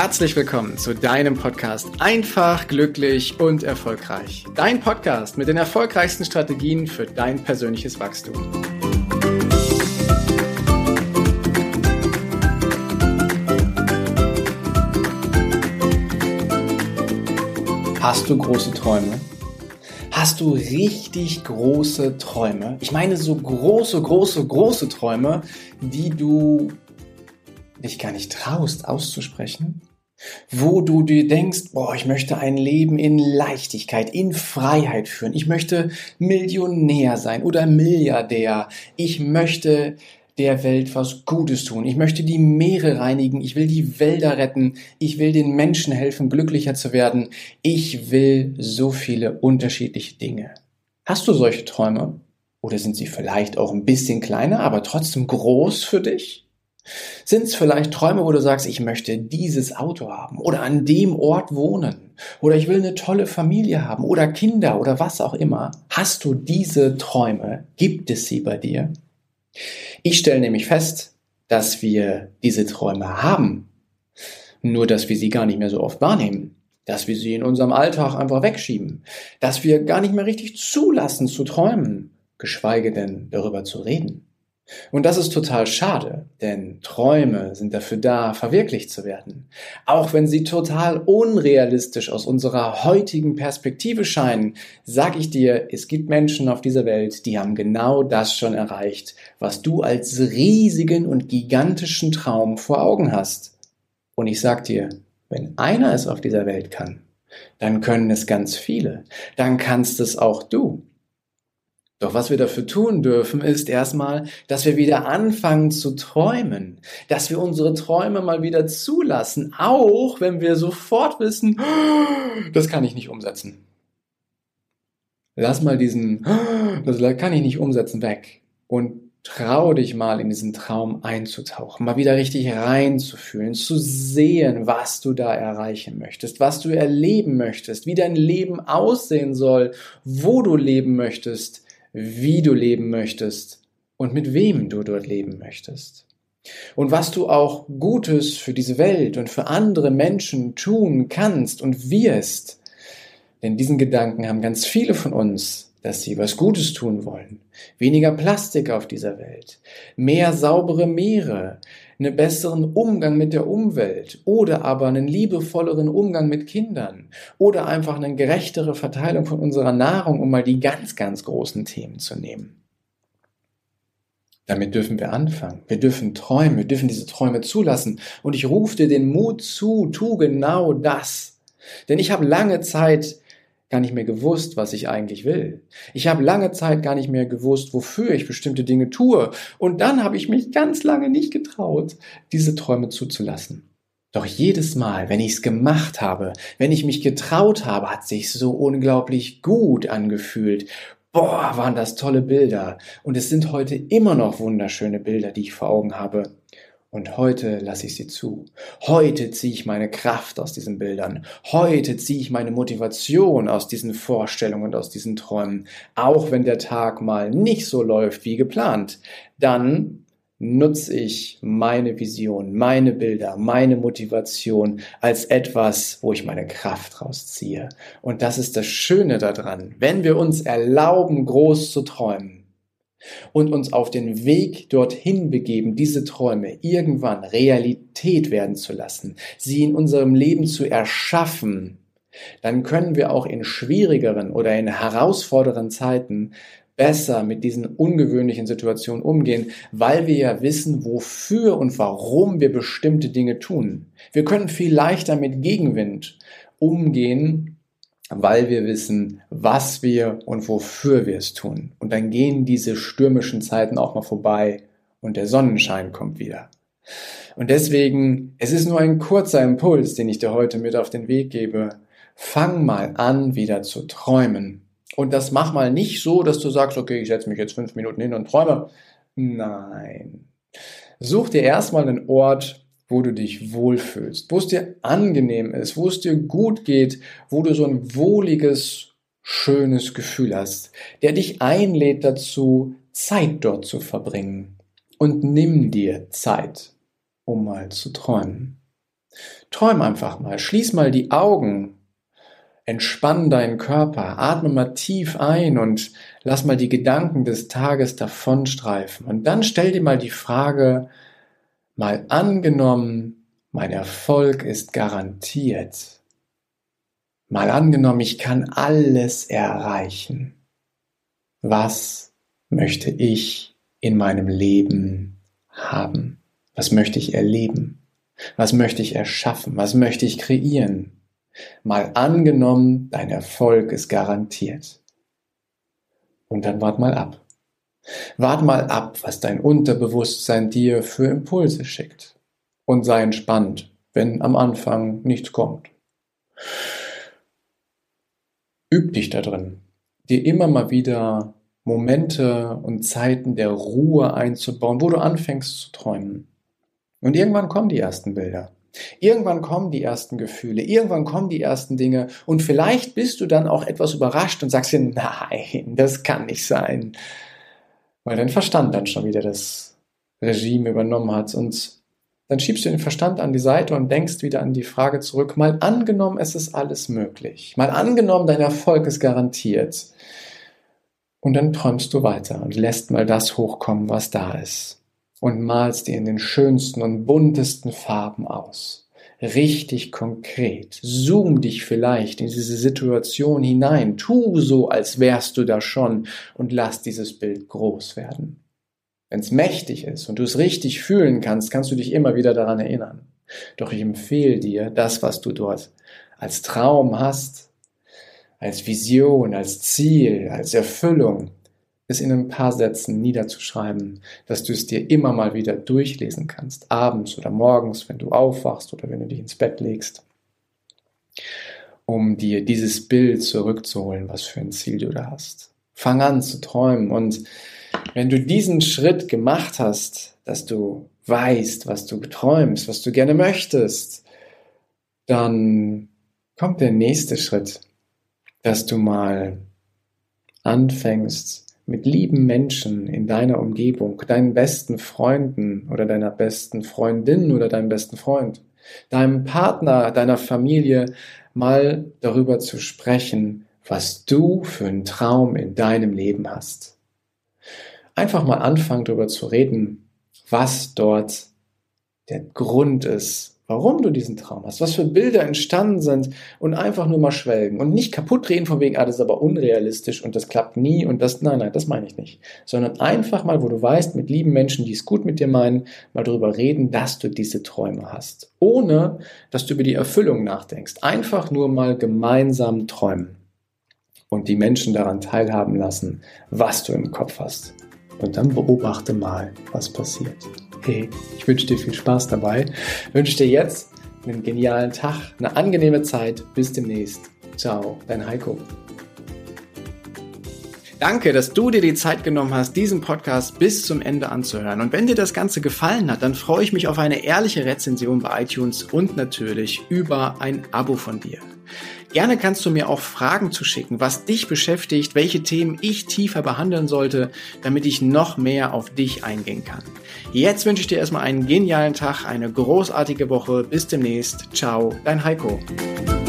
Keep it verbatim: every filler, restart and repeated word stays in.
Herzlich willkommen zu deinem Podcast Einfach, glücklich und erfolgreich. Dein Podcast mit den erfolgreichsten Strategien für dein persönliches Wachstum. Hast du große Träume? Hast du richtig große Träume? Ich meine so große, große, große Träume, die du dich gar nicht traust auszusprechen, wo du dir denkst, boah, ich möchte ein Leben in Leichtigkeit, in Freiheit führen. Ich möchte Millionär sein oder Milliardär. Ich möchte der Welt was Gutes tun. Ich möchte die Meere reinigen. Ich will die Wälder retten. Ich will den Menschen helfen, glücklicher zu werden. Ich will so viele unterschiedliche Dinge. Hast du solche Träume? Oder sind sie vielleicht auch ein bisschen kleiner, aber trotzdem groß für dich? Sind es vielleicht Träume, wo du sagst, ich möchte dieses Auto haben oder an dem Ort wohnen oder ich will eine tolle Familie haben oder Kinder oder was auch immer? Hast du diese Träume? Gibt es sie bei dir? Ich stelle nämlich fest, dass wir diese Träume haben, nur dass wir sie gar nicht mehr so oft wahrnehmen, dass wir sie in unserem Alltag einfach wegschieben, dass wir gar nicht mehr richtig zulassen zu träumen, geschweige denn darüber zu reden. Und das ist total schade, denn Träume sind dafür da, verwirklicht zu werden. Auch wenn sie total unrealistisch aus unserer heutigen Perspektive scheinen, sag ich dir, es gibt Menschen auf dieser Welt, die haben genau das schon erreicht, was du als riesigen und gigantischen Traum vor Augen hast. Und ich sag dir, wenn einer es auf dieser Welt kann, dann können es ganz viele. Dann kannst es auch du. Doch was wir dafür tun dürfen, ist erstmal, dass wir wieder anfangen zu träumen, dass wir unsere Träume mal wieder zulassen, auch wenn wir sofort wissen, das kann ich nicht umsetzen. Lass mal diesen, das kann ich nicht umsetzen, weg und trau dich mal in diesen Traum einzutauchen, mal wieder richtig reinzufühlen, zu sehen, was du da erreichen möchtest, was du erleben möchtest, wie dein Leben aussehen soll, wo du leben möchtest, wie du leben möchtest und mit wem du dort leben möchtest. Und was du auch Gutes für diese Welt und für andere Menschen tun kannst und wirst. Denn diesen Gedanken haben ganz viele von uns, dass sie was Gutes tun wollen. Weniger Plastik auf dieser Welt, mehr saubere Meere, einen besseren Umgang mit der Umwelt oder aber einen liebevolleren Umgang mit Kindern oder einfach eine gerechtere Verteilung von unserer Nahrung, um mal die ganz, ganz großen Themen zu nehmen. Damit dürfen wir anfangen. Wir dürfen träumen, wir dürfen diese Träume zulassen. Und ich rufe dir den Mut zu, tu genau das. Denn ich habe lange Zeit gar nicht mehr gewusst, was ich eigentlich will. Ich habe lange Zeit gar nicht mehr gewusst, wofür ich bestimmte Dinge tue. Und dann habe ich mich ganz lange nicht getraut, diese Träume zuzulassen. Doch jedes Mal, wenn ich es gemacht habe, wenn ich mich getraut habe, hat sich so unglaublich gut angefühlt. Boah, waren das tolle Bilder. Und es sind heute immer noch wunderschöne Bilder, die ich vor Augen habe. Und heute lasse ich sie zu. Heute ziehe ich meine Kraft aus diesen Bildern. Heute ziehe ich meine Motivation aus diesen Vorstellungen und aus diesen Träumen. Auch wenn der Tag mal nicht so läuft wie geplant, dann nutze ich meine Vision, meine Bilder, meine Motivation als etwas, wo ich meine Kraft rausziehe. Und das ist das Schöne daran, wenn wir uns erlauben, groß zu träumen, und uns auf den Weg dorthin begeben, diese Träume irgendwann Realität werden zu lassen, sie in unserem Leben zu erschaffen, dann können wir auch in schwierigeren oder in herausfordernden Zeiten besser mit diesen ungewöhnlichen Situationen umgehen, weil wir ja wissen, wofür und warum wir bestimmte Dinge tun. Wir können viel leichter mit Gegenwind umgehen, weil wir wissen, was wir und wofür wir es tun. Und dann gehen diese stürmischen Zeiten auch mal vorbei und der Sonnenschein kommt wieder. Und deswegen, es ist nur ein kurzer Impuls, den ich dir heute mit auf den Weg gebe. Fang mal an, wieder zu träumen. Und das mach mal nicht so, dass du sagst, okay, ich setze mich jetzt fünf Minuten hin und träume. Nein. Such dir erstmal einen Ort, wo du dich wohlfühlst, wo es dir angenehm ist, wo es dir gut geht, wo du so ein wohliges, schönes Gefühl hast, der dich einlädt dazu, Zeit dort zu verbringen. Und nimm dir Zeit, um mal zu träumen. Träum einfach mal, schließ mal die Augen, entspann deinen Körper, atme mal tief ein und lass mal die Gedanken des Tages davonstreifen. Und dann stell dir mal die Frage, mal angenommen, mein Erfolg ist garantiert. Mal angenommen, ich kann alles erreichen. Was möchte ich in meinem Leben haben? Was möchte ich erleben? Was möchte ich erschaffen? Was möchte ich kreieren? Mal angenommen, dein Erfolg ist garantiert. Und dann wart mal ab. Wart mal ab, was dein Unterbewusstsein dir für Impulse schickt. Und sei entspannt, wenn am Anfang nichts kommt. Üb dich da drin, dir immer mal wieder Momente und Zeiten der Ruhe einzubauen, wo du anfängst zu träumen. Und irgendwann kommen die ersten Bilder. Irgendwann kommen die ersten Gefühle, irgendwann kommen die ersten Dinge und vielleicht bist du dann auch etwas überrascht und sagst dir, nein, das kann nicht sein, weil dein Verstand dann schon wieder das Regime übernommen hat und dann schiebst du den Verstand an die Seite und denkst wieder an die Frage zurück, mal angenommen, es ist alles möglich, mal angenommen, dein Erfolg ist garantiert und dann träumst du weiter und lässt mal das hochkommen, was da ist. Und malst dir in den schönsten und buntesten Farben aus. Richtig konkret. Zoom dich vielleicht in diese Situation hinein. Tu so, als wärst du da schon und lass dieses Bild groß werden. Wenn es mächtig ist und du es richtig fühlen kannst, kannst du dich immer wieder daran erinnern. Doch ich empfehle dir, das, was du dort als Traum hast, als Vision, als Ziel, als Erfüllung, es in ein paar Sätzen niederzuschreiben, dass du es dir immer mal wieder durchlesen kannst, abends oder morgens, wenn du aufwachst oder wenn du dich ins Bett legst, um dir dieses Bild zurückzuholen, was für ein Ziel du da hast. Fang an zu träumen und wenn du diesen Schritt gemacht hast, dass du weißt, was du träumst, was du gerne möchtest, dann kommt der nächste Schritt, dass du mal anfängst, mit lieben Menschen in deiner Umgebung, deinen besten Freunden oder deiner besten Freundin oder deinem besten Freund, deinem Partner, deiner Familie mal darüber zu sprechen, was du für einen Traum in deinem Leben hast. Einfach mal anfangen, darüber zu reden, was dort der Grund ist, warum du diesen Traum hast, was für Bilder entstanden sind und einfach nur mal schwelgen und nicht kaputt reden von wegen, ah, das ist aber unrealistisch und das klappt nie und das, nein, nein, das meine ich nicht, sondern einfach mal, wo du weißt, mit lieben Menschen, die es gut mit dir meinen, mal darüber reden, dass du diese Träume hast, ohne, dass du über die Erfüllung nachdenkst, einfach nur mal gemeinsam träumen und die Menschen daran teilhaben lassen, was du im Kopf hast und dann beobachte mal, was passiert. Hey, ich wünsche dir viel Spaß dabei. Ich wünsche dir jetzt einen genialen Tag, eine angenehme Zeit. Bis demnächst. Ciao, dein Heiko. Danke, dass du dir die Zeit genommen hast, diesen Podcast bis zum Ende anzuhören. Und wenn dir das Ganze gefallen hat, dann freue ich mich auf eine ehrliche Rezension bei iTunes und natürlich über ein Abo von dir. Gerne kannst du mir auch Fragen zuschicken, was dich beschäftigt, welche Themen ich tiefer behandeln sollte, damit ich noch mehr auf dich eingehen kann. Jetzt wünsche ich dir erstmal einen genialen Tag, eine großartige Woche. Bis demnächst. Ciao, dein Heiko.